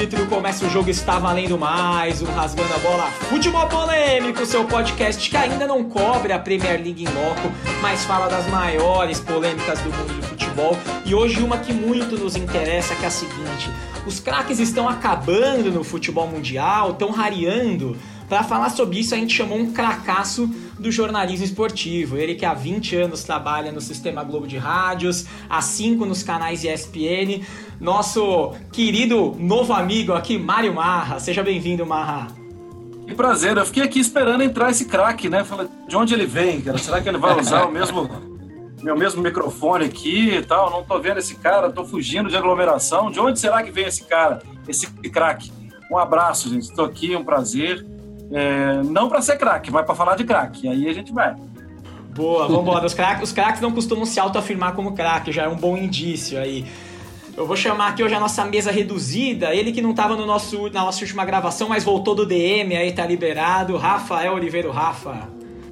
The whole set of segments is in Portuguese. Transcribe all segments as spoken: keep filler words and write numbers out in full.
árbitro, começa o jogo, está valendo mais, o Rasgando a Bola Futebol Polêmico, seu podcast que ainda não cobre a Premier League em loco, mas fala das maiores polêmicas do mundo do futebol. E hoje uma que muito nos interessa, que é a seguinte: os craques estão acabando no futebol mundial, estão rareando. Para falar sobre isso, a gente chamou um cracaço do jornalismo esportivo. Ele que há vinte anos trabalha no Sistema Globo de Rádios, há cinco nos canais E S P N. Nosso querido novo amigo aqui, Mário Marra. Seja bem-vindo, Marra. Que prazer. Eu fiquei aqui esperando entrar esse craque, né? Falei, de onde ele vem, cara? Será que ele vai usar o mesmo, meu mesmo microfone aqui e tal? Não tô vendo esse cara, tô fugindo de aglomeração. De onde será que vem esse cara, esse craque? Um abraço, gente. Estou aqui, é um prazer. É, não para ser craque, mas para falar de craque. Aí a gente vai. Boa, vamos embora. Os craques, os craques não costumam se autoafirmar como craque, já é um bom indício aí. Eu vou chamar aqui hoje a nossa mesa reduzida, ele que não estava no nosso, na nossa última gravação, mas voltou do D M, aí tá liberado. Rafael Oliveira, Rafa.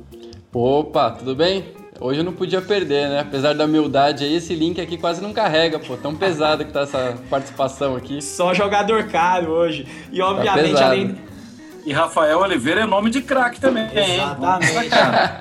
Opa, tudo bem? Hoje eu não podia perder, né? Apesar da humildade aí, esse link aqui quase não carrega, pô. Tão pesado que tá essa participação aqui. Só jogador caro hoje. E obviamente, tá além... E Rafael Oliveira é nome de craque também. Exatamente.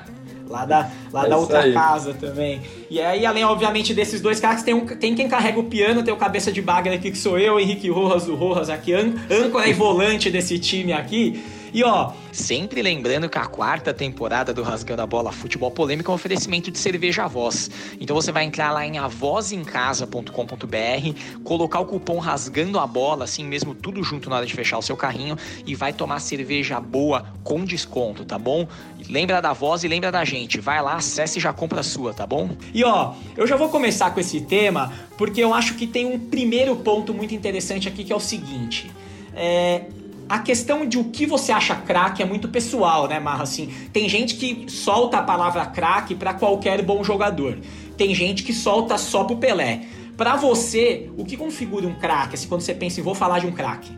lá da, lá é da outra aí. Casa também. E aí, além, obviamente, desses dois craques, tem, um, tem quem carrega o piano, tem o cabeça de bagre aqui, que sou eu, Henrique Rojas, do Rojas aqui, âncora e volante desse time aqui. E ó, sempre lembrando que a quarta temporada do Rasgando a Bola Futebol Polêmico é um oferecimento de cerveja Avoz. Então você vai entrar lá em avoz em casa ponto com ponto b r, colocar o cupom Rasgando a Bola, assim mesmo, tudo junto na hora de fechar o seu carrinho, e vai tomar cerveja boa com desconto, tá bom? Lembra da Avoz e lembra da gente. Vai lá, acesse e já compra a sua, tá bom? E ó, eu já vou começar com esse tema, porque eu acho que tem um primeiro ponto muito interessante aqui, que é o seguinte. É... A questão de o que você acha craque é muito pessoal, né, Marra? Assim, tem gente que solta a palavra craque para qualquer bom jogador. Tem gente que solta só pro Pelé. Para você, o que configura um craque? Assim, quando você pensa em vou falar de um craque?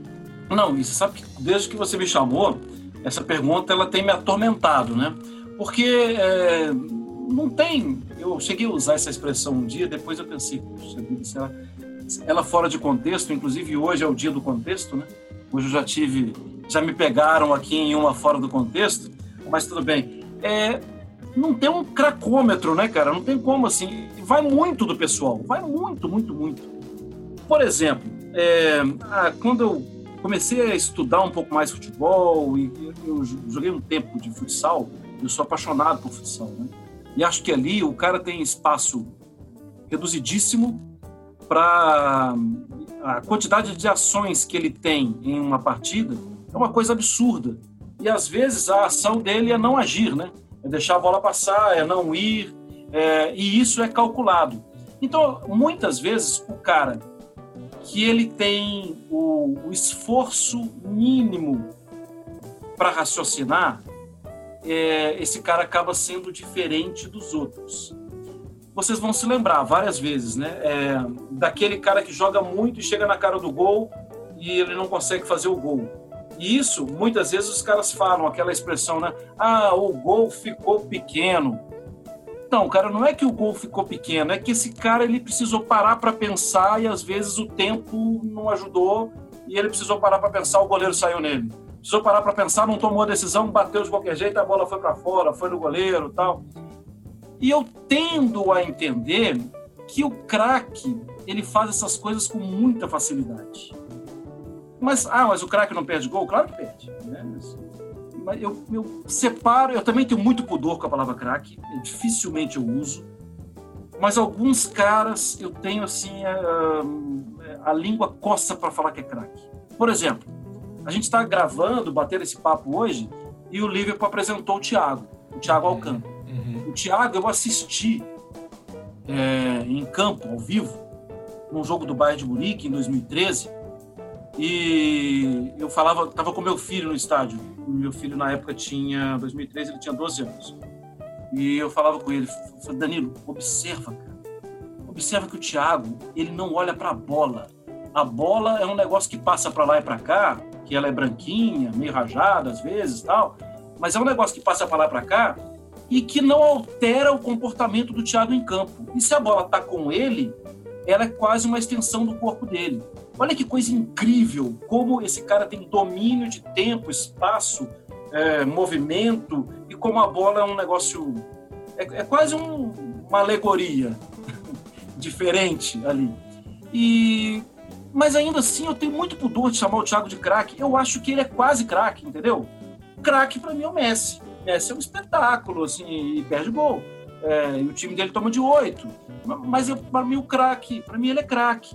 Não, e você sabe que desde que você me chamou, essa pergunta ela tem me atormentado, né? Porque é, não tem... Eu cheguei a usar essa expressão um dia, depois eu pensei, puxa vida, ela, ela fora de contexto, inclusive hoje é o dia do contexto, né? Hoje eu já tive, já me pegaram aqui em uma fora do contexto, mas tudo bem. É, não tem um cracômetro, né, cara? Não tem como, assim. Vai muito do pessoal, vai muito, muito, muito. Por exemplo, é, ah, quando eu comecei a estudar um pouco mais futebol, e eu joguei um tempo de futsal, eu sou apaixonado por futsal, né? E acho que ali o cara tem espaço reduzidíssimo para... A quantidade de ações que ele tem em uma partida é uma coisa absurda. E, às vezes, a ação dele é não agir, né? É deixar a bola passar, é não ir, é... e isso é calculado. Então, muitas vezes, o cara que ele tem o, o esforço mínimo para raciocinar, é... esse cara acaba sendo diferente dos outros. Vocês vão se lembrar várias vezes, né? É, daquele cara que joga muito e chega na cara do gol e ele não consegue fazer o gol. E isso, muitas vezes, os caras falam aquela expressão, né? Ah, o gol ficou pequeno. Não, cara, não é que o gol ficou pequeno, é que esse cara ele precisou parar para pensar e, às vezes, o tempo não ajudou e ele precisou parar para pensar, o goleiro saiu nele. Precisou parar para pensar, não tomou a decisão, bateu de qualquer jeito, a bola foi para fora, foi no goleiro e tal... E eu tendo a entender que o craque, ele faz essas coisas com muita facilidade. Mas, ah, mas o craque não perde gol? Claro que perde. Né? Mas eu, eu separo, eu também tenho muito pudor com a palavra craque, dificilmente eu uso, mas alguns caras eu tenho assim, a, a língua coça para falar que é craque. Por exemplo, a gente está gravando, batendo esse papo hoje, e o Liverpool apresentou o Thiago, o Thiago Alcântara. O Thiago, eu assisti é, em campo, ao vivo, num jogo do Bayern de Munique, em dois mil e treze, e eu falava, estava com meu filho no estádio. Meu filho, na época, tinha, em dois mil e treze, ele tinha doze anos. E eu falava com ele, falei, Danilo, observa, cara. Observa que o Thiago, ele não olha para a bola. A bola é um negócio que passa para lá e para cá, que ela é branquinha, meio rajada às vezes, tal, mas é um negócio que passa para lá e para cá, e que não altera o comportamento do Thiago em campo. E se a bola está com ele, ela é quase uma extensão do corpo dele. Olha que coisa incrível, como esse cara tem domínio de tempo, espaço, é, movimento, e como a bola é um negócio... É, é quase um, uma alegoria diferente ali. E, mas ainda assim eu tenho muito pudor de chamar o Thiago de craque. Eu acho que ele é quase craque, entendeu? Craque para mim é o Messi. Messi é um espetáculo, assim, e perde gol. É, e o time dele toma de oito. Mas para mim o craque, para mim ele é craque.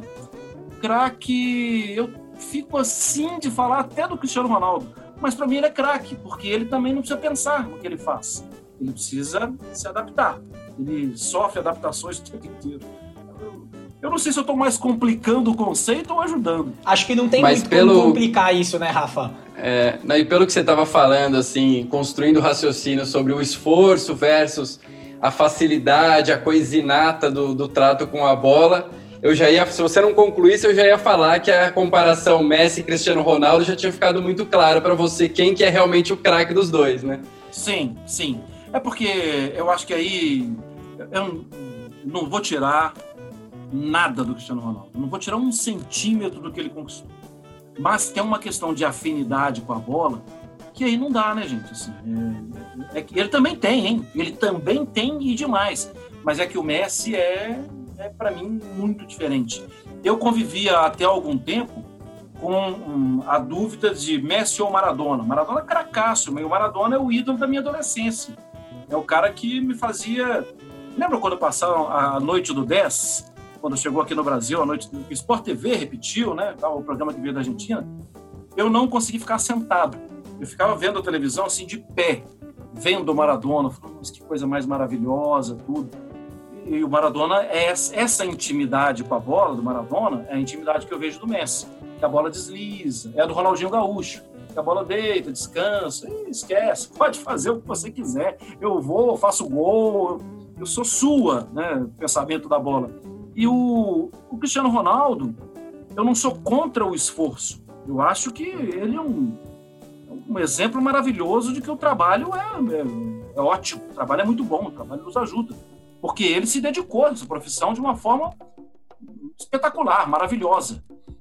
Craque, eu fico assim de falar até do Cristiano Ronaldo. Mas para mim ele é craque, porque ele também não precisa pensar no que ele faz. Ele precisa se adaptar. Ele sofre adaptações o tempo inteiro. Eu não sei se eu estou mais complicando o conceito ou ajudando. Acho que não tem Mas muito pelo... como complicar isso, né, Rafa? É, e pelo que você estava falando, assim, construindo o raciocínio sobre o esforço versus a facilidade, a coisa inata do, do trato com a bola, eu já ia, se você não concluísse, eu já ia falar que a comparação Messi e Cristiano Ronaldo já tinha ficado muito claro para você quem que é realmente o craque dos dois, né? Sim, sim. É porque eu acho que aí eu não vou tirar nada do Cristiano Ronaldo. Eu não vou tirar um centímetro do que ele conquistou. Mas tem uma questão de afinidade com a bola que aí não dá, né, gente? Assim, é, é que ele também tem, hein? Ele também tem e demais. Mas é que o Messi é, é para mim, muito diferente. Eu convivia até algum tempo com um, a dúvida de Messi ou Maradona. Maradona é cracaço, mas o Maradona é o ídolo da minha adolescência. É o cara que me fazia... Lembra quando passaram a noite do dez? Quando chegou aqui no Brasil, a noite do Sport T V repetiu, né? O programa que veio da Argentina. Eu não consegui ficar sentado. Eu ficava vendo a televisão assim de pé, vendo o Maradona, falando, mas que coisa mais maravilhosa, tudo. E o Maradona, é essa intimidade com a bola do Maradona, é a intimidade que eu vejo do Messi. Que a bola desliza, é a do Ronaldinho Gaúcho. Que a bola deita, descansa, esquece, pode fazer o que você quiser. Eu vou, faço gol, eu sou sua, né? O pensamento da bola. E o, o Cristiano Ronaldo, eu não sou contra o esforço. Eu acho que ele é um, um exemplo maravilhoso de que o trabalho é, é, é ótimo, o trabalho é muito bom, o trabalho nos ajuda. Porque ele se dedicou a essa profissão de uma forma espetacular, maravilhosa.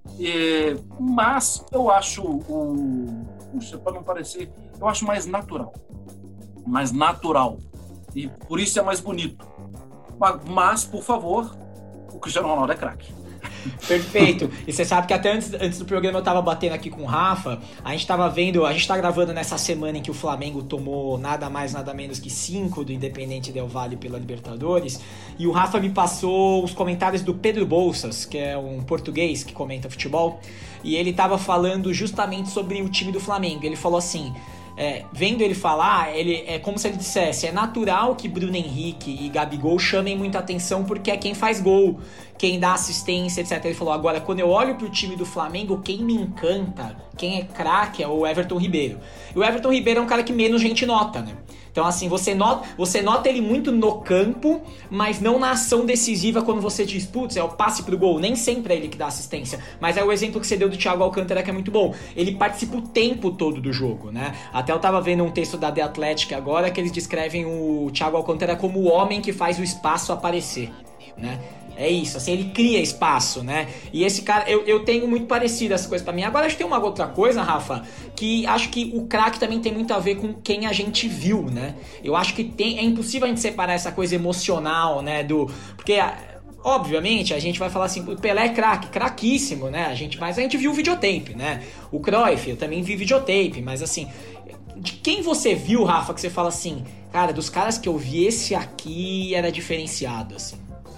E, mas eu acho, o, puxa, para não parecer, eu acho mais natural. Mais natural. E por isso é mais bonito. Mas, mas por favor, o Cristiano Ronaldo é craque. Perfeito. E você sabe que até antes, antes do programa eu tava batendo aqui com o Rafa, a gente tava vendo, a gente tá gravando nessa semana em que o Flamengo tomou nada mais, nada menos que cinco do Independente Del Valle pela Libertadores, e o Rafa me passou os comentários do Pedro Bolsas, que é um português que comenta futebol, e ele tava falando justamente sobre o time do Flamengo. Ele falou assim... É, vendo ele falar, ele, é como se ele dissesse: é natural que Bruno Henrique e Gabigol chamem muita atenção porque é quem faz gol, quem dá assistência, etcétera. Ele falou: agora, quando eu olho pro time do Flamengo, quem me encanta, quem é craque é o Everton Ribeiro. E o Everton Ribeiro é um cara que menos gente nota, né? Então, assim, você nota, você nota ele muito no campo, mas não na ação decisiva quando você diz, putz, é o passe pro gol. Nem sempre é ele que dá assistência. Mas é o exemplo que você deu do Thiago Alcântara, que é muito bom. Ele participa o tempo todo do jogo, né? Até eu tava vendo um texto da The Athletic agora, que eles descrevem o Thiago Alcântara como o homem que faz o espaço aparecer, né? É isso, assim, ele cria espaço, né? E esse cara, eu, eu tenho muito parecido essa coisa pra mim. Agora, acho que tem uma outra coisa, Rafa, que acho que o craque também tem muito a ver com quem a gente viu, né? Eu acho que tem, é impossível a gente separar essa coisa emocional, né? Do, porque, obviamente, a gente vai falar assim, o Pelé é craque, craquíssimo, né? A gente, mas a gente viu o videotape, né? O Cruyff, eu também vi videotape, mas assim... De quem você viu, Rafa, que você fala assim, cara, dos caras que eu vi, esse aqui era diferenciado, assim?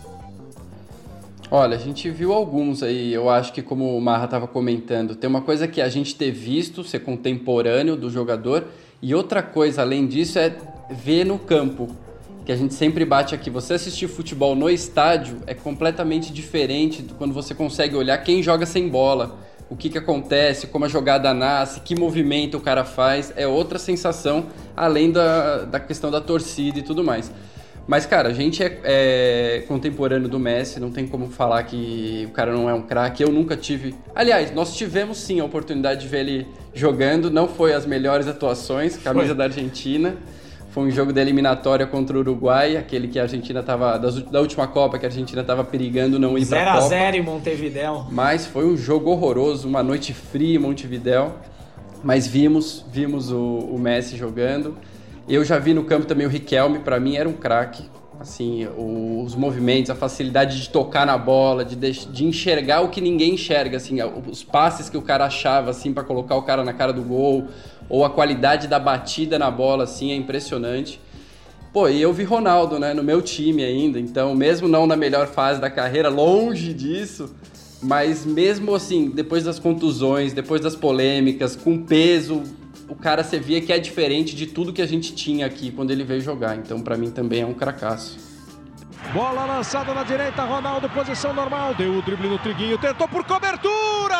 Olha, a gente viu alguns aí, eu acho que como o Marra estava comentando, tem uma coisa que a gente ter visto, ser contemporâneo do jogador, e outra coisa além disso é ver no campo, que a gente sempre bate aqui. Você assistir futebol no estádio é completamente diferente de quando você consegue olhar quem joga sem bola, o que, que acontece, como a jogada nasce, que movimento o cara faz, é outra sensação, além da, da questão da torcida e tudo mais. Mas, cara, a gente é, é contemporâneo do Messi, não tem como falar que o cara não é um craque. Eu nunca tive... Aliás, nós tivemos sim a oportunidade de ver ele jogando, não foi as melhores atuações, camisa foi. Da Argentina. foi um jogo da eliminatória contra o Uruguai, aquele que a Argentina tava, da última Copa, que a Argentina estava perigando não ir para a Copa. zero a zero em Montevidéu. Mas foi um jogo horroroso, uma noite fria em Montevidéu. Mas vimos, vimos o, o Messi jogando. Eu já vi no campo também o Riquelme, para mim era um craque. Assim, os movimentos, a facilidade de tocar na bola, de, de enxergar o que ninguém enxerga, assim, os passes que o cara achava assim para colocar o cara na cara do gol, ou a qualidade da batida na bola, assim, é impressionante. Pô, e eu vi Ronaldo, né, no meu time ainda, então mesmo não na melhor fase da carreira, longe disso, mas mesmo assim, depois das contusões, depois das polêmicas, com peso, o cara você via que é diferente de tudo que a gente tinha aqui quando ele veio jogar. Então, pra mim, também é um cracaço. Bola lançada na direita, Ronaldo, posição normal. Deu o drible no Triguinho, tentou por cobertura!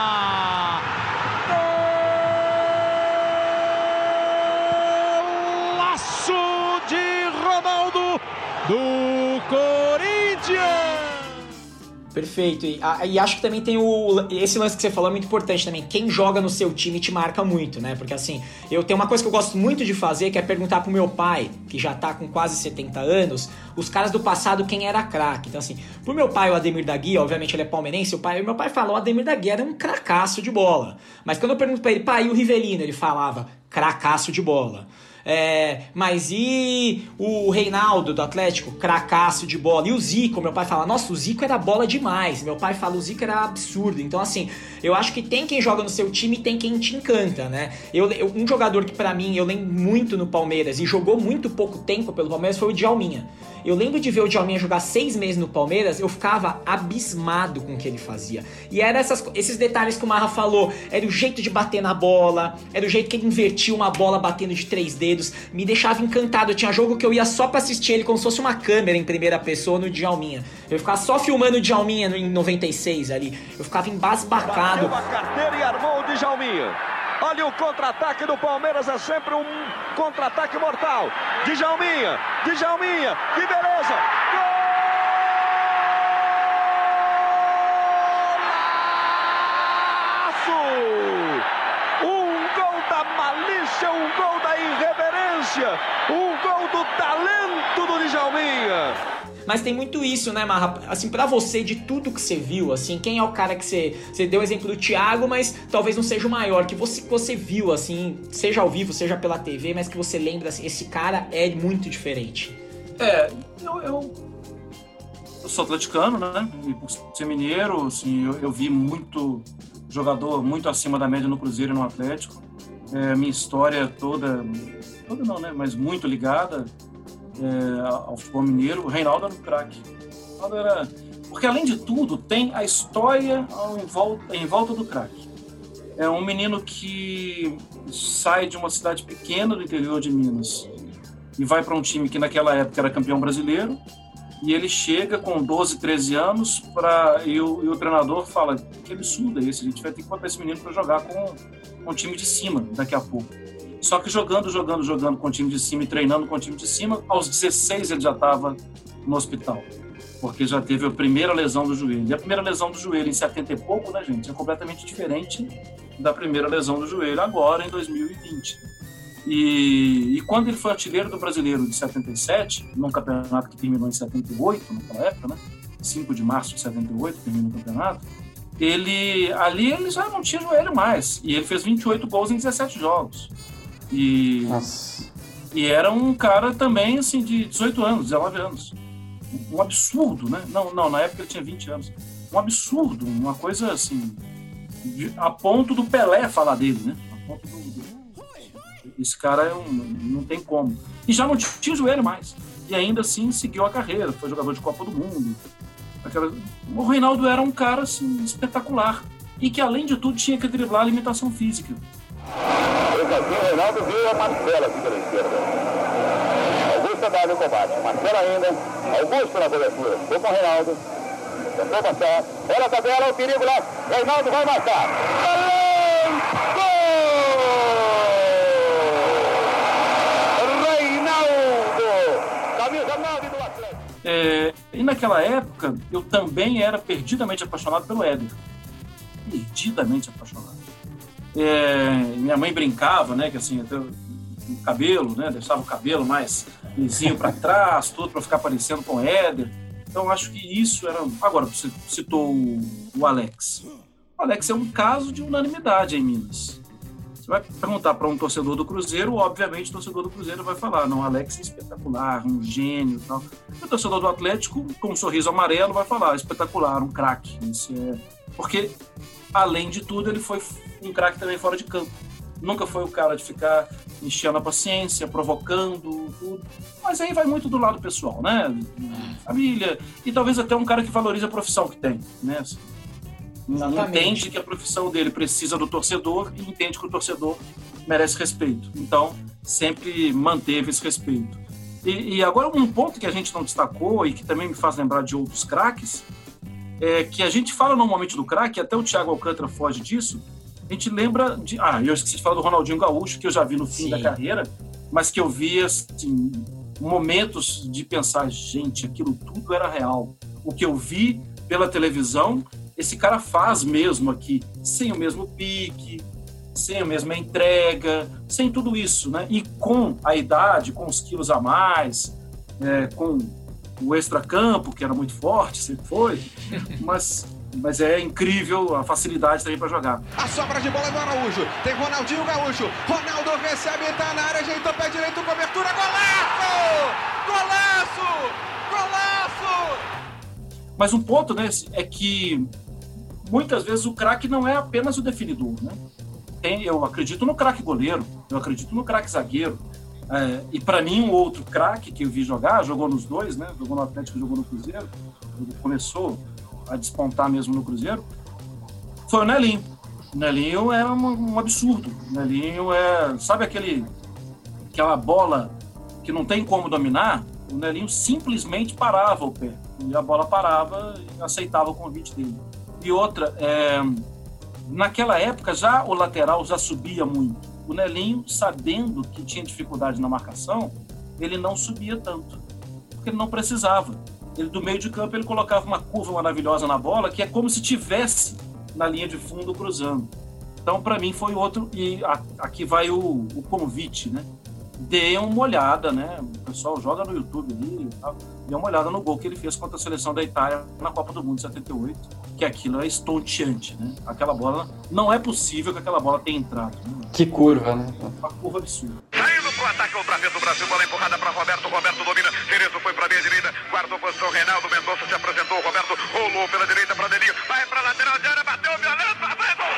Golaço de Ronaldo do Corinthians! Perfeito, e, a, e acho que também tem o... Esse lance que você falou é muito importante também. Quem joga no seu time te marca muito, né? Porque assim, eu tenho uma coisa que eu gosto muito de fazer, que é perguntar pro meu pai, que já tá com quase setenta anos, os caras do passado, quem era craque. Então assim, pro meu pai, o Ademir da Guia, obviamente ele é palmeirense, o pai, o meu pai falou, o Ademir da Guia era um cracaço de bola. Mas quando eu pergunto pra ele, pai, e o Rivelino? Ele falava, cracaço de bola. É, mas e o Reinaldo do Atlético? Cracaço de bola. E o Zico? Meu pai fala, nossa, o Zico era bola demais. Meu pai fala, o Zico era absurdo. Então assim, eu acho que tem quem joga no seu time e tem quem te encanta, né? Eu, eu, um jogador que pra mim, eu lembro muito no Palmeiras e jogou muito pouco tempo pelo Palmeiras foi o Djalminha. Eu lembro de ver o Djalminha jogar seis meses no Palmeiras, eu ficava abismado com o que ele fazia. E eram esses detalhes que o Marra falou, era o jeito de bater na bola, era o jeito que ele invertia uma bola batendo de três dedos, me deixava encantado. Eu tinha jogo que eu ia só pra assistir ele como se fosse uma câmera em primeira pessoa no Djalminha. Eu ficava só filmando o Djalminha em noventa e seis ali, eu ficava embasbacado. Bateu a carteira e armou o Djalminha. Olha o contra-ataque do Palmeiras, é sempre um contra-ataque mortal. Djalminha, Djalminha, que beleza! Golaço! Um gol da malícia, um gol da irreverência, um gol do talento do Djalminha. Mas tem muito isso, né, Marra? Assim, pra você, de tudo que você viu, assim, quem é o cara que você... Você deu o exemplo do Thiago, mas talvez não seja o maior, que você, que você viu, assim, seja ao vivo, seja pela T V, mas que você lembra, assim, esse cara é muito diferente. É, eu... eu... Eu sou atleticano, né? E por ser mineiro, assim, eu, eu vi muito jogador muito acima da média no Cruzeiro e no Atlético. É, minha história toda... Toda não, né? Mas muito ligada... É, ao futebol mineiro. O Reinaldo era um craque. O Reinaldo era... Porque, além de tudo, tem a história ao, em, volta, em volta do craque. É um menino que sai de uma cidade pequena do interior de Minas e vai para um time que naquela época era campeão brasileiro, e ele chega com doze, treze anos pra, e, o, e o treinador fala, que absurdo é esse, a gente vai ter que botar esse menino para jogar com, com o time de cima daqui a pouco. Só que jogando, jogando, jogando com o time de cima e treinando com o time de cima, aos dezesseis ele já estava no hospital, porque já teve a primeira lesão do joelho. E a primeira lesão do joelho em setenta e pouco, né, gente, é completamente diferente da primeira lesão do joelho agora, em dois mil e vinte. E, e quando ele foi artilheiro do Brasileiro de setenta e sete, num campeonato que terminou em setenta e oito, naquela época, né, cinco de março de setenta e oito, terminou o campeonato, ele, ali ele já não tinha joelho mais, e ele fez vinte e oito gols em dezessete jogos. E, e era um cara também assim, de dezoito anos, dezenove anos. Um absurdo, né? Não, não, na época ele tinha vinte anos. Um absurdo, uma coisa assim, de, a ponto do Pelé falar dele, né? A ponto do, do, esse cara é um, não tem como. E já não tinha joelho mais. E ainda assim seguiu a carreira, foi jogador de Copa do Mundo. Aquela... O Reinaldo era um cara assim, espetacular. E que, além de tudo, tinha que driblar a limitação física. Esse aqui, o Reinaldo veio a Marcelo aqui pela esquerda. Augusto dá no combate. Marcelo ainda. Augusto na cobertura. Foi com o Reinaldo. Tentou passar. Olha a tabela, o perigo lá. Reinaldo vai marcar. Gol! Reinaldo! Camisa nove do Atlético. É, e naquela época, eu também era perdidamente apaixonado pelo Éder. Perdidamente apaixonado. É, minha mãe brincava, né, que assim, até o cabelo, né? Deixava o cabelo mais lisinho para trás, tudo para ficar parecendo com o Éder. Então, acho que isso era... Agora, você citou o, o Alex. O Alex é um caso de unanimidade em Minas. Você vai perguntar para um torcedor do Cruzeiro, obviamente o torcedor do Cruzeiro vai falar, não, o Alex é espetacular, um gênio e tal. E o torcedor do Atlético, com um sorriso amarelo, vai falar, espetacular, um craque. É... Porque, além de tudo, ele foi um craque também fora de campo. Nunca foi o cara de ficar enchendo a paciência, provocando, tudo. Mas aí vai muito do lado pessoal, né? Família. E talvez até um cara que valoriza a profissão que tem, né? Assim, entende que a profissão dele precisa do torcedor e entende que o torcedor merece respeito. Então, sempre manteve esse respeito. E, e agora um ponto que a gente não destacou e que também me faz lembrar de outros craques, é que a gente fala normalmente do craque, até o Thiago Alcântara foge disso, a gente lembra de... Ah, eu esqueci de falar do Ronaldinho Gaúcho, que eu já vi no fim Sim. da carreira, mas que eu vi, assim, momentos de pensar, gente, aquilo tudo era real. O que eu vi pela televisão, esse cara faz mesmo aqui, sem o mesmo pique, sem a mesma entrega, sem tudo isso, né? E com a idade, com os quilos a mais, é, com o extracampo, que era muito forte, sempre foi, mas... Mas é incrível a facilidade também para jogar. A sobra de bola é do Araújo. Tem Ronaldinho Gaúcho. Ronaldo recebe, tá na área, ajeitou pé direito, cobertura, golaço! Golaço! Golaço! Mas um ponto, né, é que muitas vezes o craque não é apenas o definidor, né? Tem, eu acredito no craque goleiro, eu acredito no craque zagueiro. É, e para mim, um outro craque que eu vi jogar, jogou nos dois, né? Jogou no Atlético, jogou no Cruzeiro, começou a despontar mesmo no Cruzeiro, foi o Nelinho. O Nelinho é um, um absurdo. O Nelinho é... Sabe aquele, aquela bola que não tem como dominar? O Nelinho simplesmente parava o pé. E a bola parava e aceitava o convite dele. E outra, é, naquela época já o lateral já subia muito. O Nelinho, sabendo que tinha dificuldade na marcação, ele não subia tanto, porque ele não precisava. Ele, do meio de campo, ele colocava uma curva maravilhosa na bola, que é como se tivesse na linha de fundo cruzando. Então, para mim, foi outro... E a, aqui vai o, o convite, né? Dê uma olhada, né? O pessoal joga no YouTube ali, tá? Dê uma olhada no gol que ele fez contra a seleção da Itália na Copa do Mundo de setenta e oito, que aquilo é estonteante, né? Aquela bola... Não é possível que aquela bola tenha entrado. Né? Que curva, né? Uma curva absurda. Saindo pro ataque outra vez o Brasil, bola empurrada para Roberto, Roberto domina, Cerezo foi para a meia direita, guardou posição, Reinaldo Mendonça se apresentou, Roberto rolou pela direita para Delinho, vai para lateral de área, bateu violento, vai gol!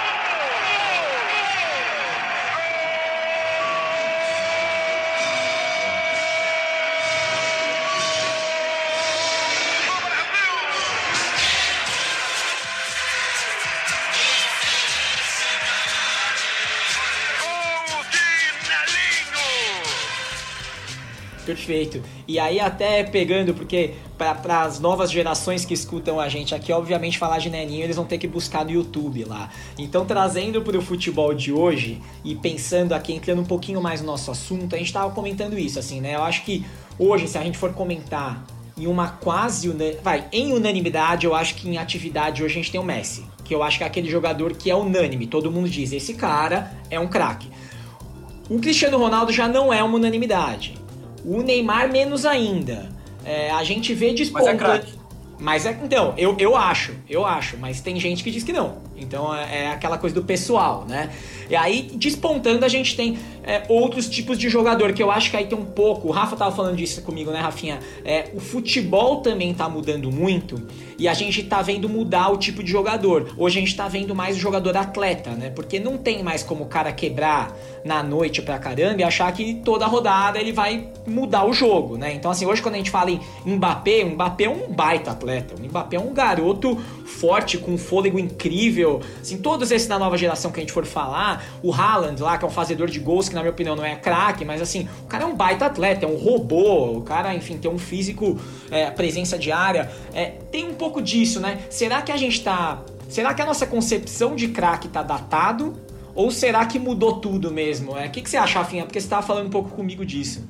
Perfeito. E aí até pegando, porque para as novas gerações que escutam a gente aqui, obviamente falar de Nelinho eles vão ter que buscar no YouTube lá. Então trazendo para o futebol de hoje e pensando aqui, entrando um pouquinho mais no nosso assunto, a gente estava comentando isso, assim, né? Eu acho que hoje, se a gente for comentar em uma quase, vai, em unanimidade, eu acho que em atividade hoje a gente tem o Messi, que eu acho que é aquele jogador que é unânime, todo mundo diz, esse cara é um craque. O Cristiano Ronaldo já não é uma unanimidade. O Neymar menos ainda. É, a gente vê despontando... Mas é craque. Mas é, então, eu, eu acho, eu acho, mas tem gente que diz que não. Então é, é aquela coisa do pessoal, né? E aí, despontando, a gente tem é, outros tipos de jogador, que eu acho que aí tem um pouco... O Rafa tava falando disso comigo, né, Rafinha? É, o futebol também tá mudando muito e a gente tá vendo mudar o tipo de jogador. Hoje a gente tá vendo mais o jogador atleta, né? Porque não tem mais como o cara quebrar na noite pra caramba e achar que toda rodada ele vai mudar o jogo, né? Então, assim, hoje quando a gente fala em Mbappé, o Mbappé é um baita atleta. O Mbappé é um garoto forte, com um fôlego incrível. Assim, todos esses da nova geração que a gente for falar, o Haaland lá, que é um fazedor de gols, que na minha opinião não é craque, mas assim, o cara é um baita atleta, é um robô, o cara, enfim, tem um físico, é, presença de área, é, tem um pouco disso, né? Será que a gente tá... Será que a nossa concepção de craque tá datado? Ou será que mudou tudo mesmo? É, o que, que você acha, Rafinha? Porque você tava falando um pouco comigo disso.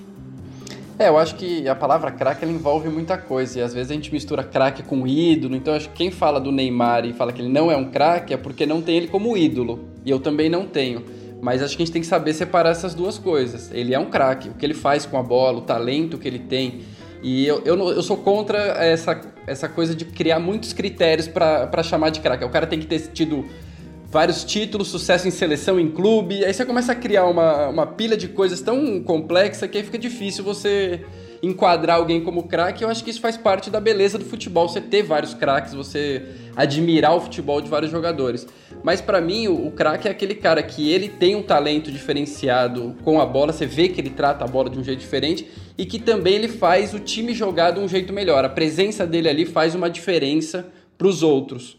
É, eu acho que a palavra craque ela envolve muita coisa, e às vezes a gente mistura craque com ídolo, então acho que quem fala do Neymar e fala que ele não é um craque é porque não tem ele como ídolo, e eu também não tenho. Mas acho que a gente tem que saber separar essas duas coisas. Ele é um craque, o que ele faz com a bola, o talento que ele tem. E eu, eu, eu sou contra essa, essa coisa de criar muitos critérios para chamar de craque. O cara tem que ter tido vários títulos, sucesso em seleção, em clube. Aí você começa a criar uma, uma pilha de coisas tão complexa que aí fica difícil você enquadrar alguém como craque. Eu acho que isso faz parte da beleza do futebol, você ter vários craques, você admirar o futebol de vários jogadores. Mas pra mim, o, o craque é aquele cara que ele tem um talento diferenciado com a bola, você vê que ele trata a bola de um jeito diferente e que também ele faz o time jogar de um jeito melhor. A presença dele ali faz uma diferença pros outros.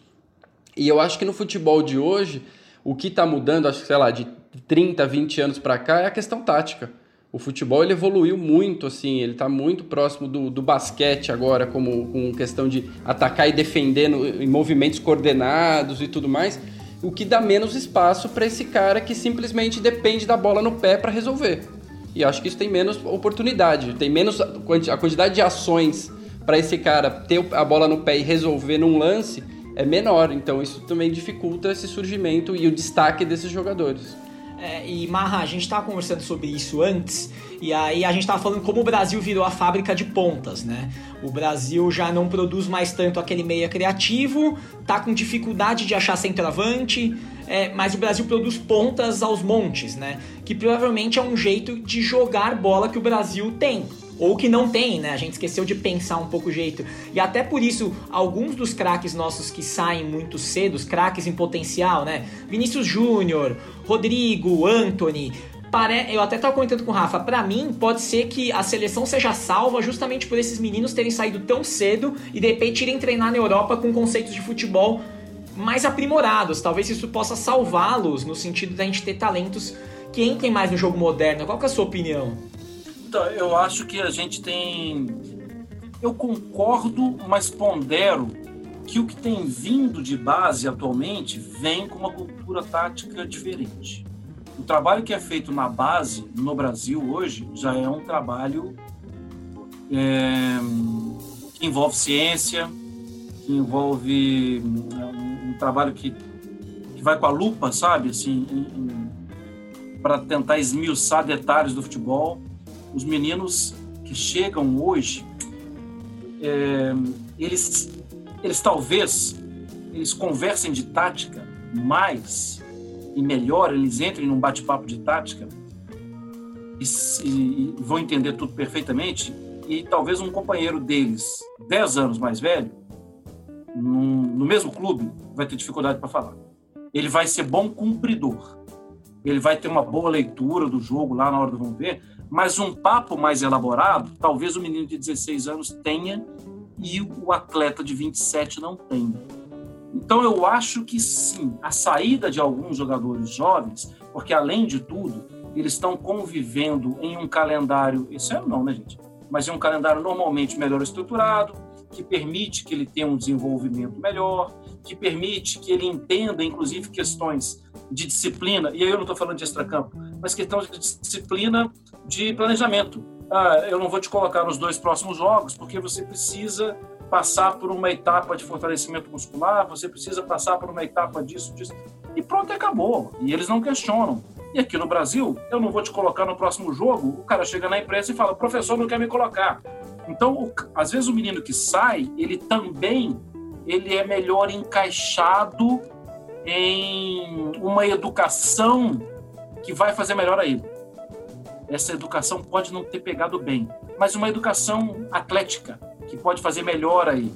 E eu acho que no futebol de hoje, o que tá mudando, acho que, sei lá, de trinta, vinte anos pra cá, é a questão tática. O futebol ele evoluiu muito, assim, ele está muito próximo do, do basquete agora, como com questão de atacar e defender no, em movimentos coordenados e tudo mais, o que dá menos espaço para esse cara que simplesmente depende da bola no pé para resolver. E eu acho que isso tem menos oportunidade, tem menos a quantidade de ações para esse cara ter a bola no pé e resolver num lance é menor, então isso também dificulta esse surgimento e o destaque desses jogadores. É, e Marra, a gente estava conversando sobre isso antes, e aí a gente estava falando como o Brasil virou a fábrica de pontas, né? O Brasil já não produz mais tanto aquele meia criativo, tá com dificuldade de achar centroavante, é, mas o Brasil produz pontas aos montes, né? Que provavelmente é um jeito de jogar bola que o Brasil tem. Ou que não tem, né? A gente esqueceu de pensar um pouco o jeito. E até por isso, alguns dos craques nossos que saem muito cedo, os craques em potencial, né? Vinícius Júnior, Rodrigo, Antony... Pare... Eu até estava comentando com o Rafa, pra mim pode ser que a seleção seja salva justamente por esses meninos terem saído tão cedo e de repente irem treinar na Europa com conceitos de futebol mais aprimorados. Talvez isso possa salvá-los no sentido da gente ter talentos que entrem mais no jogo moderno. Qual que é a sua opinião? Então, eu acho que a gente tem... Eu concordo, mas pondero que o que tem vindo de base atualmente vem com uma cultura tática diferente. O trabalho que é feito na base, no Brasil hoje, já é um trabalho é, que envolve ciência, que envolve um, um trabalho que, que vai com a lupa, sabe? Assim, para tentar esmiuçar detalhes do futebol. Os meninos que chegam hoje, é, eles, eles talvez eles conversem de tática mais e melhor, eles entrem num bate-papo de tática e, e, e vão entender tudo perfeitamente, e talvez um companheiro deles, dez anos mais velho, num, no mesmo clube, vai ter dificuldade para falar. Ele vai ser bom cumpridor, ele vai ter uma boa leitura do jogo lá na hora do vamos ver, mas um papo mais elaborado, talvez o menino de dezesseis anos tenha e o atleta de vinte e sete não tenha. Então eu acho que sim, a saída de alguns jogadores jovens, porque além de tudo, eles estão convivendo em um calendário, esse ano não, né, gente? Mas em um calendário normalmente melhor estruturado, que permite que ele tenha um desenvolvimento melhor, que permite que ele entenda, inclusive, questões de disciplina, e aí eu não estou falando de extracampo, mas questões de disciplina de planejamento. Ah, eu não vou te colocar nos dois próximos jogos, porque você precisa passar por uma etapa de fortalecimento muscular, você precisa passar por uma etapa disso, disso, e pronto, acabou. E eles não questionam. E aqui no Brasil, eu não vou te colocar no próximo jogo, o cara chega na imprensa e fala, o professor não quer me colocar. Então, o, às vezes o menino que sai, ele também ele é melhor encaixado em uma educação que vai fazer melhor a ele. Essa educação pode não ter pegado bem, mas uma educação atlética, que pode fazer melhor aí.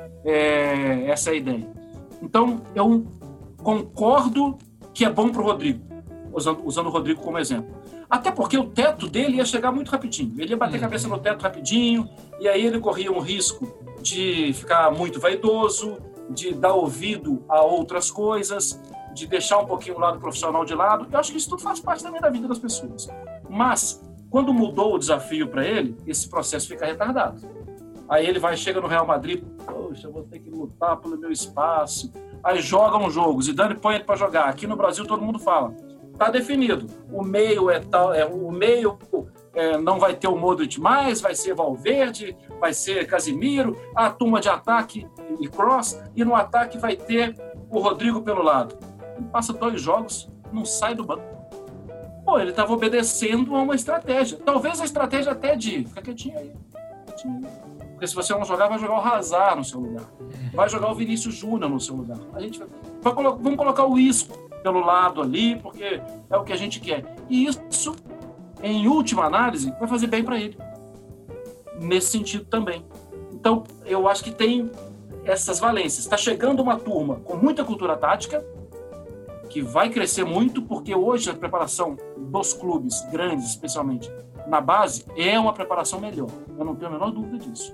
É, essa é a ideia. Então, eu concordo que é bom para o Rodrigo, usando, usando o Rodrigo como exemplo. Até porque o teto dele ia chegar muito rapidinho. Ele ia bater a cabeça no teto rapidinho, e aí ele corria um risco de ficar muito vaidoso, de dar ouvido a outras coisas, de deixar um pouquinho o lado profissional de lado. Eu acho que isso tudo faz parte também da vida das pessoas. Mas, quando mudou o desafio para ele, esse processo fica retardado. Aí ele vai, chega no Real Madrid, poxa, eu vou ter que lutar pelo meu espaço. Aí joga um jogo, Zidane põe ele para jogar. Aqui no Brasil todo mundo fala, tá definido, o meio é tal, é, o meio é, não vai ter o Modric mais, vai ser Valverde, vai ser Casemiro, a turma de ataque e cross, e no ataque vai ter o Rodrigo pelo lado. Ele passa dois jogos, não sai do banco. pô, ele estava obedecendo a uma estratégia. Talvez a estratégia até de fica quietinho aí. Quietinho aí. Porque se você não jogar, vai jogar o Hazard no seu lugar. Vai jogar o Vinícius Júnior no seu lugar. A gente vai, vai colo- vamos colocar o Isco pelo lado ali, porque é o que a gente quer. E isso, em última análise, vai fazer bem para ele. Nesse sentido também. Então, eu acho que tem essas valências. Está chegando uma turma com muita cultura tática, que vai crescer muito, porque hoje a preparação dos clubes grandes, especialmente na base, é uma preparação melhor. Eu não tenho a menor dúvida disso.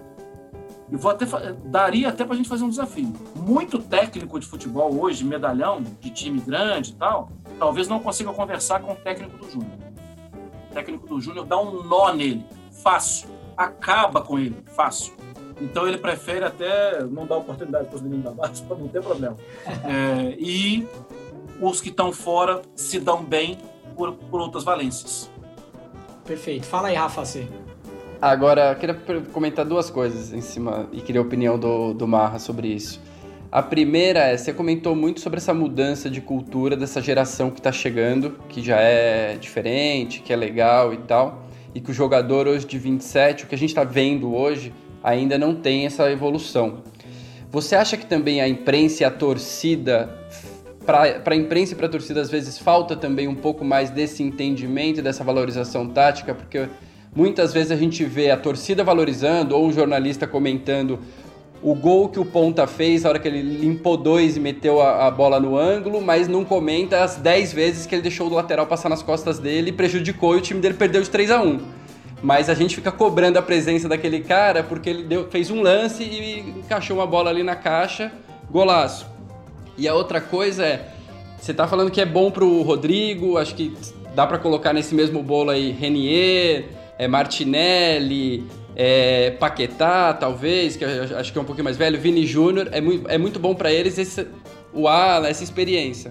E vou até, daria até para a gente fazer um desafio. Muito técnico de futebol hoje, medalhão, de time grande e tal, talvez não consiga conversar com o técnico do Júnior. O técnico do Júnior dá um nó nele, fácil. Acaba com ele, fácil. Então ele prefere até não dar oportunidade para os meninos da base, para não ter problema. É, e os que estão fora se dão bem por, por outras valências. Perfeito. Fala aí, Rafa C. Agora, eu queria comentar duas coisas em cima, e queria a opinião do, do Marra sobre isso. A primeira é, você comentou muito sobre essa mudança de cultura dessa geração que está chegando, que já é diferente, que é legal e tal, e que o jogador hoje de vinte e sete, o que a gente está vendo hoje, ainda não tem essa evolução. Você acha que também a imprensa e a torcida, para a imprensa e para a torcida às vezes falta também um pouco mais desse entendimento e dessa valorização tática, porque muitas vezes a gente vê a torcida valorizando ou um jornalista comentando o gol que o ponta fez na hora que ele limpou dois e meteu a, a bola no ângulo, mas não comenta as dez vezes que ele deixou o lateral passar nas costas dele e prejudicou e o time dele perdeu de três a um. Mas a gente fica cobrando a presença daquele cara porque ele deu, fez um lance e encaixou uma bola ali na caixa, golaço. E a outra coisa é, você tá falando que é bom pro Rodrigo, acho que dá para colocar nesse mesmo bolo aí Renier, é, Martinelli, é, Paquetá, talvez, que eu acho que é um pouquinho mais velho, Vini Júnior, é muito, é muito bom para eles esse, o ala, essa experiência.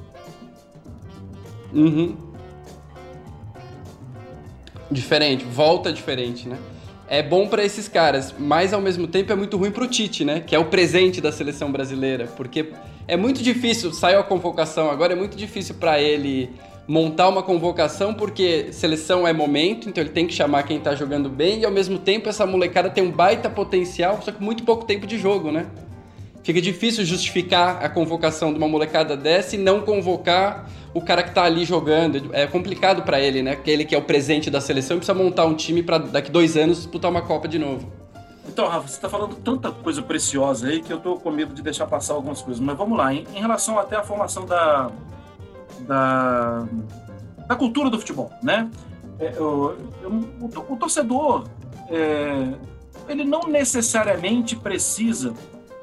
Uhum. Diferente, volta diferente, né? É bom para esses caras, mas ao mesmo tempo é muito ruim pro Tite, né? Que é o presente da seleção brasileira, porque é muito difícil, saiu a convocação agora, é muito difícil para ele montar uma convocação, porque seleção é momento, então ele tem que chamar quem tá jogando bem, e ao mesmo tempo essa molecada tem um baita potencial, só que muito pouco tempo de jogo, né? Fica difícil justificar a convocação de uma molecada dessa e não convocar o cara que tá ali jogando. É complicado pra ele, né? Aquele que é o presente da seleção e precisa montar um time pra daqui dois anos disputar uma Copa de novo. Então, Rafa, você tá falando tanta coisa preciosa aí que eu tô com medo de deixar passar algumas coisas. Mas vamos lá, em, em relação até à formação da, da, da cultura do futebol, né? É, eu, eu, o, o torcedor, é, ele não necessariamente precisa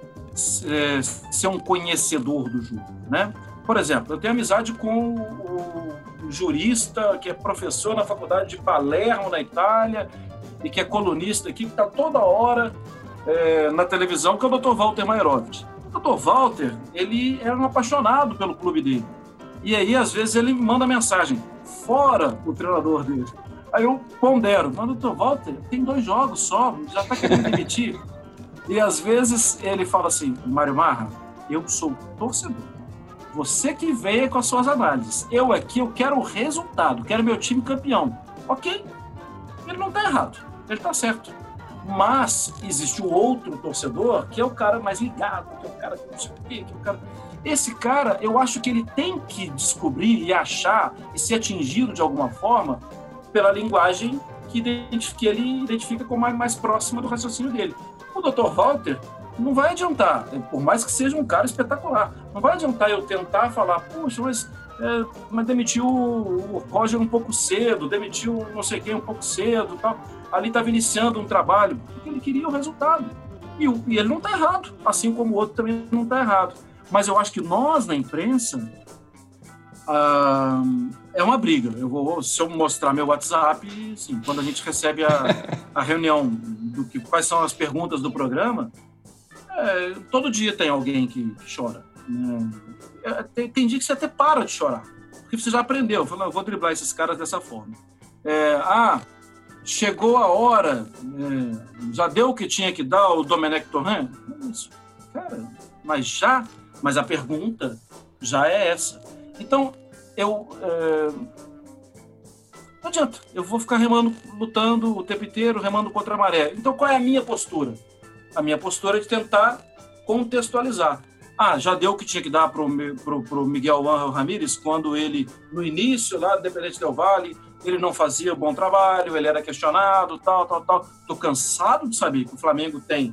é, ser um conhecedor do jogo, né? Por exemplo, eu tenho amizade com o, o jurista que é professor na faculdade de Palermo, na Itália, e que é colunista aqui, que está toda hora é, na televisão, que é o doutor Walter Mairovich. O doutor Walter, ele é um apaixonado pelo clube dele. E aí, às vezes, ele me manda mensagem, fora o treinador dele. Aí eu pondero, mas o doutor Walter tem dois jogos só, já está querendo demitir. E às vezes ele fala assim, Mário Marra, eu sou torcedor. Você que veio com as suas análises. Eu aqui, eu quero o resultado, quero meu time campeão. Ok, ele não está errado, ele está certo. Mas existe o outro torcedor, que é o cara mais ligado, que é o cara que não sei o quê, que é o cara... Esse cara, eu acho que ele tem que descobrir e achar e ser atingido de alguma forma pela linguagem que, que ele identifica como mais, mais próxima do raciocínio dele. O doutor Walter não vai adiantar, por mais que seja um cara espetacular, não vai adiantar eu tentar falar, puxa, mas, é, mas demitiu o Roger um pouco cedo, demitiu não sei quem um pouco cedo, tal. Ali estava iniciando um trabalho, porque ele queria o resultado. E, o, e ele não está errado, assim como o outro também não está errado. Mas eu acho que nós, na imprensa, ah, é uma briga. Eu vou, se eu mostrar meu WhatsApp, sim, quando a gente recebe a, a reunião do que, quais são as perguntas do programa, é, todo dia tem alguém que, que chora. Né? É, tem, tem dia que você até para de chorar, porque você já aprendeu. Fala, eu vou driblar esses caras dessa forma. É, ah, chegou a hora, é, já deu o que tinha que dar o Domenech Torrent? Isso, cara, mas já... Mas a pergunta já é essa. Então, eu, é, Não adianta, eu vou ficar remando, lutando o tempo inteiro, remando contra a maré. Então qual é a minha postura? A minha postura é de tentar contextualizar. Ah, já deu o que tinha que dar para o Miguel Ángel Ramírez, quando ele, no início, lá do Independente Del Valle, ele não fazia bom trabalho, ele era questionado, tal, tal, tal. Estou cansado de saber que o Flamengo tem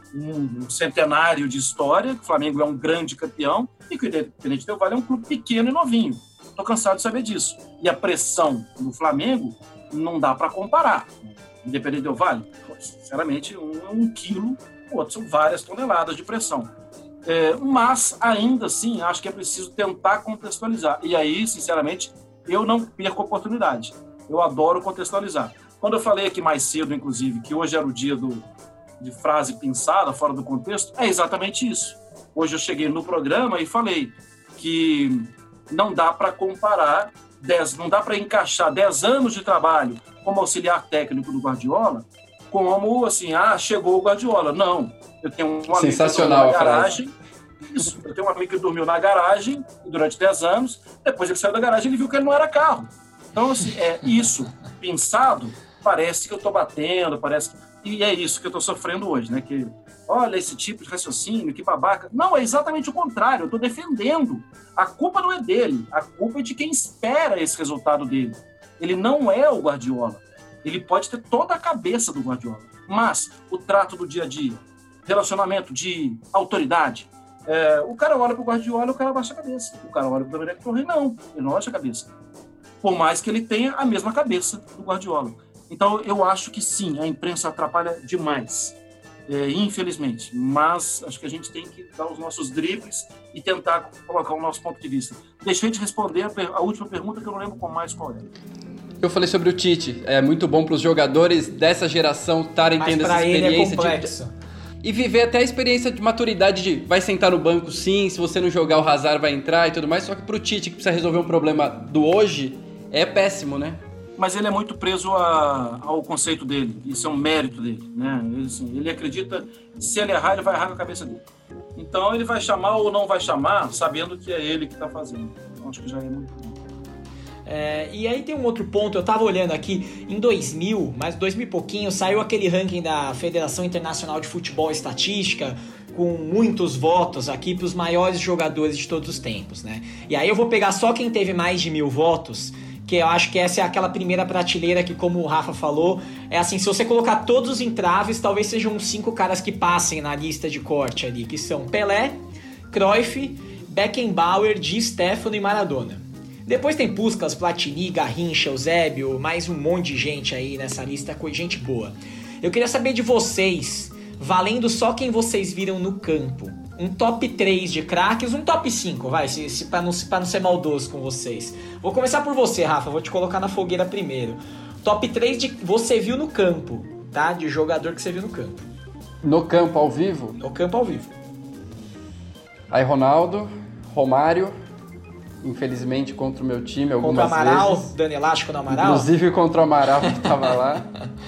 um centenário de história, que o Flamengo é um grande campeão e que o Independente Del Valle é um clube pequeno e novinho. Estou cansado de saber disso. E a pressão no Flamengo não dá para comparar. Independente Del Valle, sinceramente, um, um quilo, o outro são várias toneladas de pressão. É, mas, ainda assim, acho que é preciso tentar contextualizar. E aí, sinceramente, eu não perco a oportunidade. Eu adoro contextualizar. Quando eu falei aqui mais cedo, inclusive, que hoje era o dia do, de frase pensada, fora do contexto, é exatamente isso. Hoje eu cheguei no programa e falei que não dá para comparar, dez, não dá para encaixar dez anos de trabalho como auxiliar técnico do Guardiola como, assim, ah, chegou o Guardiola. Não. Eu tenho um amigo Sensacional que dormiu na garagem. Frase. Isso. Eu tenho um amigo que dormiu na garagem durante dez anos. Depois ele saiu da garagem, ele viu que ele não era carro. Então, assim, é isso. Pensado, parece que eu estou batendo, parece que... E é isso que eu estou sofrendo hoje, né? Que, olha, esse tipo de raciocínio, que babaca. Não, é exatamente o contrário. Eu estou defendendo. A culpa não é dele. A culpa é de quem espera esse resultado dele. Ele não é o Guardiola. Ele pode ter toda a cabeça do Guardiola. Mas o trato do dia a dia, relacionamento de autoridade, é, o cara olha para o Guardiola e o cara baixa a cabeça. O cara olha para o Dominic Torre, não. Ele não baixa a cabeça. Por mais que ele tenha a mesma cabeça do Guardiola. Então, eu acho que sim, a imprensa atrapalha demais, é, infelizmente. Mas acho que a gente tem que dar os nossos dribles e tentar colocar o nosso ponto de vista. Deixei de responder a, per- a última pergunta, que eu não lembro com mais qual é. Eu falei sobre o Tite. É muito bom para os jogadores dessa geração estarem tendo essa experiência. Ele é complexo. De... E viver até a experiência de maturidade de vai sentar no banco sim, se você não jogar o Hazard vai entrar e tudo mais. Só que pro Tite, que precisa resolver um problema do hoje, é péssimo, né? Mas ele é muito preso a, ao conceito dele. Isso é um mérito dele, né? Ele, assim, ele acredita que se ele errar, ele vai errar com a cabeça dele. Então ele vai chamar ou não vai chamar, sabendo que é ele que está fazendo. Então acho que já é muito bom. É, e aí tem um outro ponto, eu tava olhando aqui, em dois mil, mas dois mil e pouquinho, saiu aquele ranking da Federação Internacional de Futebol e Estatística, com muitos votos aqui para os maiores jogadores de todos os tempos, né? E aí eu vou pegar só quem teve mais de mil votos, que eu acho que essa é aquela primeira prateleira que, como o Rafa falou, é assim, se você colocar todos os entraves, talvez sejam uns cinco caras que passem na lista de corte ali, que são Pelé, Cruyff, Beckenbauer, Di Stéfano e Maradona. Depois tem Puskás, Platini, Garrincha, Eusébio, mais um monte de gente aí nessa lista, com gente boa. Eu queria saber de vocês, valendo só quem vocês viram no campo, um top três de craques, um top cinco, vai, se, se, pra, não, pra não ser maldoso com vocês. Vou começar por você, Rafa, vou te colocar na fogueira primeiro. Top três de você viu no campo, tá? De jogador que você viu no campo. No campo, ao vivo? No campo, ao vivo. Aí Ronaldo, Romário, infelizmente contra o meu time algumas vezes. Contra o Amaral, vezes. dando elástico no Amaral? Inclusive contra o Amaral que tava lá.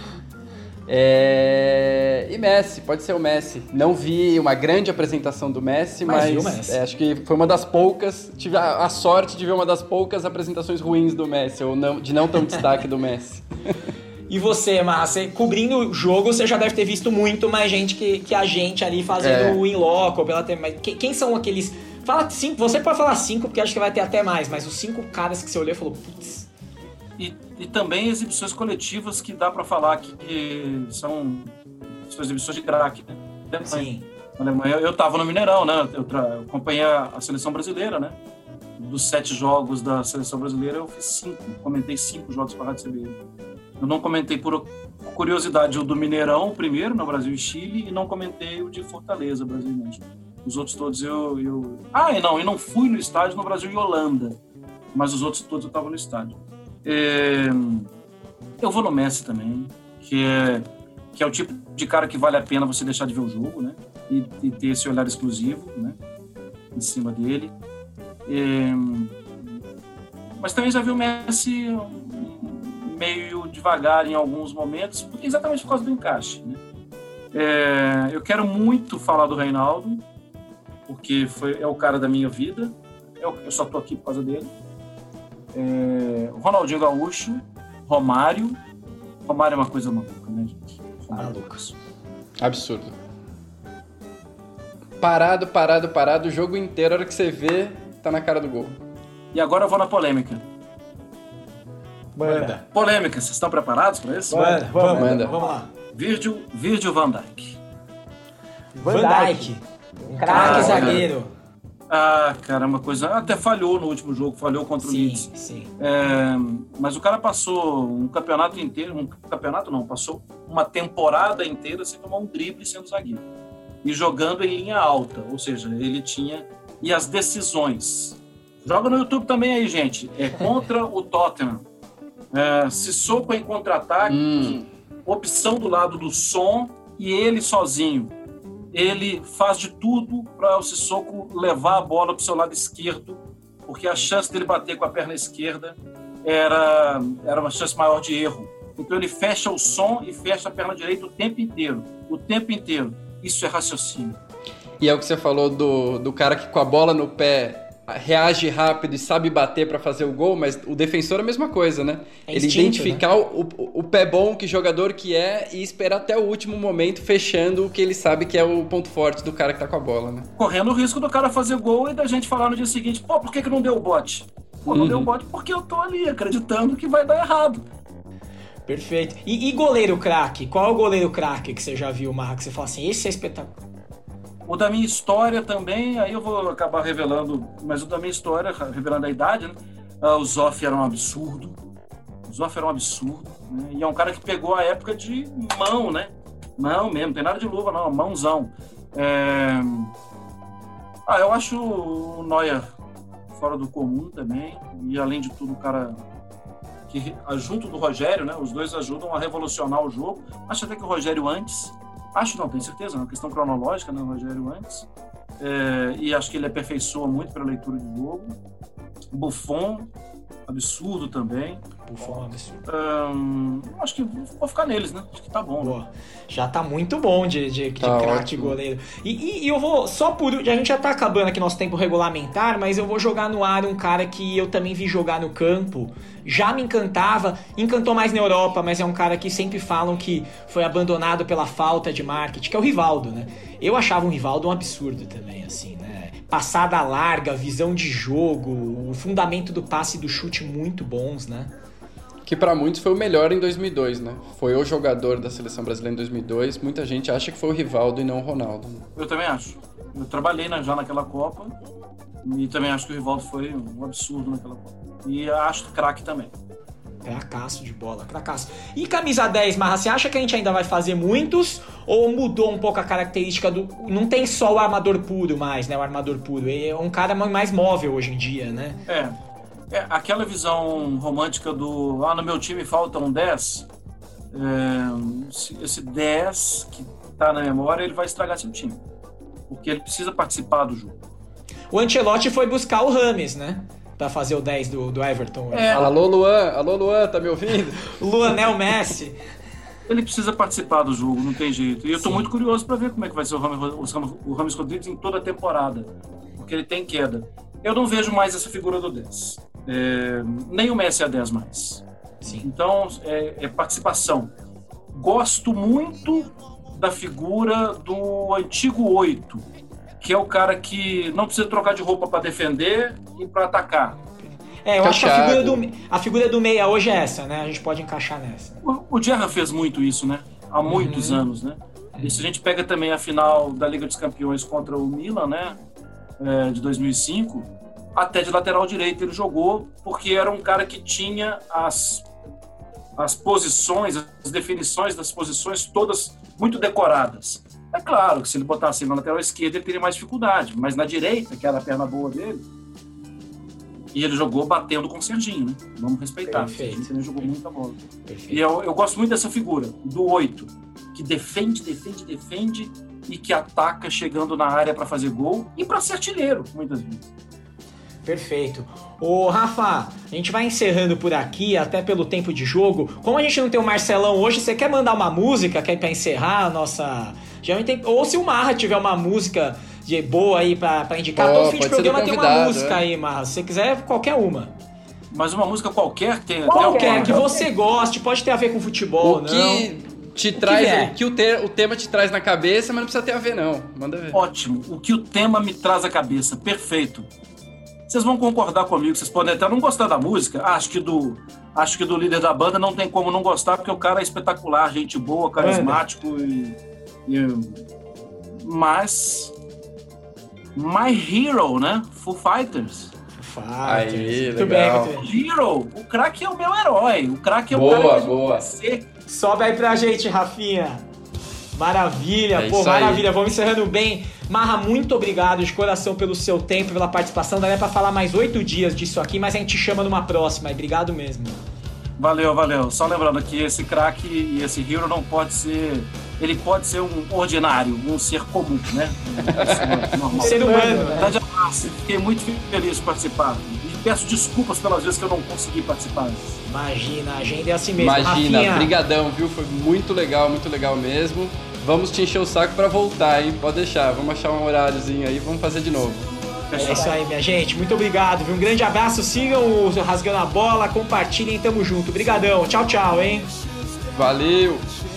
É... E Messi, pode ser o Messi. Não vi uma grande apresentação do Messi, mas, mas Messi. É, acho que foi uma das poucas, tive a, a sorte de ver uma das poucas apresentações ruins do Messi, ou não, de não ter um destaque do Messi. E você, Márcia, cobrindo o jogo, você já deve ter visto muito mais gente que, que a gente ali fazendo é. o in-loco. Pela... Quem, quem são aqueles... Fala cinco, você pode falar cinco, porque acho que vai ter até mais, mas os cinco caras que você olhou e falou, putz... E, e também exibições coletivas que dá para falar que, que são, são exibições de craque, né? Sim. Eu, eu tava no Mineirão, né? Eu, tra... eu acompanhei a, a seleção brasileira, né? Dos sete jogos da seleção brasileira, eu fiz cinco. Comentei cinco jogos para a Rádio C B. Eu não comentei por curiosidade o do Mineirão, o primeiro, no Brasil e Chile, e não comentei o de Fortaleza, Brasil e México. Os outros todos eu... eu... Ah, e não, e não fui no estádio no Brasil e Holanda, mas os outros todos eu tava no estádio. É... Eu vou no Messi também, que é, que é o tipo de cara que vale a pena você deixar de ver o jogo, né? E, e ter esse olhar exclusivo, né? Em cima dele. É... Mas também já vi o Messi meio devagar em alguns momentos, exatamente por causa do encaixe, né? É... Eu quero muito falar do Reinaldo, porque foi, é o cara da minha vida. Eu, eu só tô aqui por causa dele. É, o Ronaldinho Gaúcho, Romário. Romário é uma coisa maluca, né, gente? Romário Maluco. Absurdo. Parado, parado, parado, o jogo inteiro, a hora que você vê, tá na cara do gol. E agora eu vou na polêmica. Manda. Polêmica, vocês estão preparados para isso? Manda, vamos, Manda. vamos lá. Virgil, Virgil van Dijk. Van Dijk. Craque Ah, zagueiro. Ah, cara, uma coisa... Até falhou no último jogo, falhou contra o Sim, Leeds. sim. É, mas o cara passou um campeonato inteiro... Um campeonato não, passou uma temporada inteira sem tomar um drible sendo zagueiro. E jogando em linha alta, ou seja, ele tinha... E as decisões. Joga no YouTube também aí, gente. É contra o Tottenham. É, Sissoko em contra-ataque, Hum. opção do lado do Son e ele sozinho. Ele faz de tudo para o Sissoko levar a bola para o seu lado esquerdo, porque a chance dele bater com a perna esquerda era, era uma chance maior de erro. Então ele fecha o Son e fecha a perna direita o tempo inteiro. O tempo inteiro. Isso é raciocínio. E é o que você falou do, do cara que com a bola no pé reage rápido e sabe bater pra fazer o gol, mas o defensor é a mesma coisa, né? É Ele instinto, identificar o, o, o pé bom, que jogador que é, e esperar até o último momento, fechando o que ele sabe que é o ponto forte do cara que tá com a bola, né? Correndo o risco do cara fazer gol e da gente falar no dia seguinte, pô, por que, que não deu o bote? Pô, não Uhum. deu o bote porque eu tô ali acreditando que vai dar errado. Perfeito. E, e goleiro craque? Qual é o goleiro craque que você já viu, Marra, que você fala assim, esse é espetacular? O da minha história também, aí eu vou acabar revelando, mas o da minha história, revelando a idade, né? Ah, o Zoff era um absurdo. O Zoff era um absurdo, né? E é um cara que pegou a época de mão, né? Mão mesmo, não tem nada de luva, não, mãozão. É... Ah, eu acho o Neuer fora do comum também, e além de tudo, o cara que, junto do Rogério, né? Os dois ajudam a revolucionar o jogo. Acho até que o Rogério antes. Acho não, tenho certeza, é uma questão cronológica, né, o Rogério antes. É, e acho que ele aperfeiçoa muito para a leitura de jogo. Buffon, absurdo também. Buffon é um absurdo. Hum, acho que vou ficar neles, né? Acho que tá bom. Né? Boa. Já tá muito bom de, de, de Tá craque ótimo. goleiro. E, e- e eu vou, só por... A gente já tá acabando aqui nosso tempo regulamentar, mas eu vou jogar no ar um cara que eu também vi jogar no campo. Já me encantava, encantou mais na Europa, mas é um cara que sempre falam que foi abandonado pela falta de marketing, que é o Rivaldo, né? Eu achava o Rivaldo um absurdo também, assim, né? Passada larga, visão de jogo, o fundamento do passe e do chute muito bons, né? Que pra muitos foi o melhor em dois mil e dois, né? Foi o jogador da seleção brasileira em dois mil e dois. Muita gente acha que foi o Rivaldo e não o Ronaldo. Eu também acho. Eu trabalhei na- já naquela Copa e também acho que o Rivaldo foi um absurdo naquela Copa. E acho craque também. Cracaço de bola, cracaço. E camisa dez, Marra, você acha que a gente ainda vai fazer muitos? Ou mudou um pouco a característica do... Não tem só o armador puro mais, né? O armador puro. Ele é um cara mais móvel hoje em dia, né? É, é aquela visão romântica do ah, no meu time falta um dez. É, esse- esse dez que tá na memória, ele vai estragar seu time. Porque ele precisa participar do jogo. O Ancelotti foi buscar o Rames, né? Pra fazer o dez do, do Everton. É. Alô, Luan! Alô, Luan, tá me ouvindo? Luanel Messi. Ele precisa participar do jogo, não tem jeito. E eu tô Sim. muito curioso para ver como é que vai ser o Rames, o Rames Rodrigues em toda a temporada. Porque ele tem queda. Eu não vejo mais essa figura do dez. É, nem o Messi é dez mais. Sim. Então, é, é participação. Gosto muito da figura do antigo oito, que é o cara que não precisa trocar de roupa para defender e para atacar. É, eu acho que a Thiago. figura, do, a figura do meia hoje é essa, né? A gente pode encaixar nessa. O, o Gerrard fez muito isso, né? Há muitos Uhum. anos, né? E se a gente pega também a final da Liga dos Campeões contra o Milan, né? É, de dois mil e cinco, até de lateral direito ele jogou, porque era um cara que tinha as, as posições, as definições das posições todas muito decoradas. É claro que se ele botasse na lateral esquerda ele teria mais dificuldade, mas na direita, que era a perna boa dele, e ele jogou batendo com o Serginho, né? Vamos respeitar. Perfeito. O Serginho também jogou muita bola. Perfeito. E eu, eu gosto muito dessa figura, do oito, que defende, defende, defende e que ataca chegando na área para fazer gol e para ser artilheiro, muitas vezes. Perfeito. Ô, Rafa, a gente vai encerrando por aqui, até pelo tempo de jogo. Como a gente não tem o Marcelão hoje, você quer mandar uma música, quer pra encerrar a nossa... Geralmente tem... Ou se o Marra tiver uma música de boa aí pra, pra indicar, Oh, todo fim de pode ser do programa tem uma convidado, música é. aí, Marra. Se você quiser, qualquer uma. Mas uma música qualquer que tenha... Qualquer, que você goste, pode ter a ver com futebol, o não. Que te o traz, que o que o, te, o tema te traz na cabeça, mas não precisa ter a ver, não. Manda ver. Ótimo. O que o tema me traz à cabeça. Perfeito. Vocês vão concordar comigo, vocês podem até não gostar da música. Acho que do, acho que do líder da banda não tem como não gostar, porque o cara é espetacular, gente boa, carismático e, e... Mas... My Hero, né? Foo Fighters. Fighters. Aí, muito legal. bem, muito bem. Hero, o craque é o meu herói. O craque é o Boa, cara que a gente boa. quer ser. Sobe aí pra gente, Rafinha. Maravilha, É pô, isso aí. maravilha. Vamos encerrando bem. Marra, muito obrigado de coração pelo seu tempo, pela participação. Daria pra falar mais oito dias disso aqui, mas a gente chama numa próxima. E obrigado mesmo. Valeu, valeu. Só lembrando que esse craque e esse hero não pode ser... Ele pode ser um ordinário, um ser comum, né? Um ser normal. Um ser humano, né? Grande abraço. Fiquei muito feliz de participar. E peço desculpas pelas vezes que eu não consegui participar. Imagina, a agenda é assim mesmo. Imagina, Rafinha, brigadão, viu? Foi muito legal, muito legal mesmo. Vamos te encher o saco pra voltar, hein? Pode deixar, vamos achar um horáriozinho aí, vamos fazer de novo. é isso aí, minha gente. Muito obrigado, viu? Um grande abraço. Sigam o Rasgando a Bola, compartilhem, tamo junto. Obrigadão. Tchau, tchau, hein? Valeu!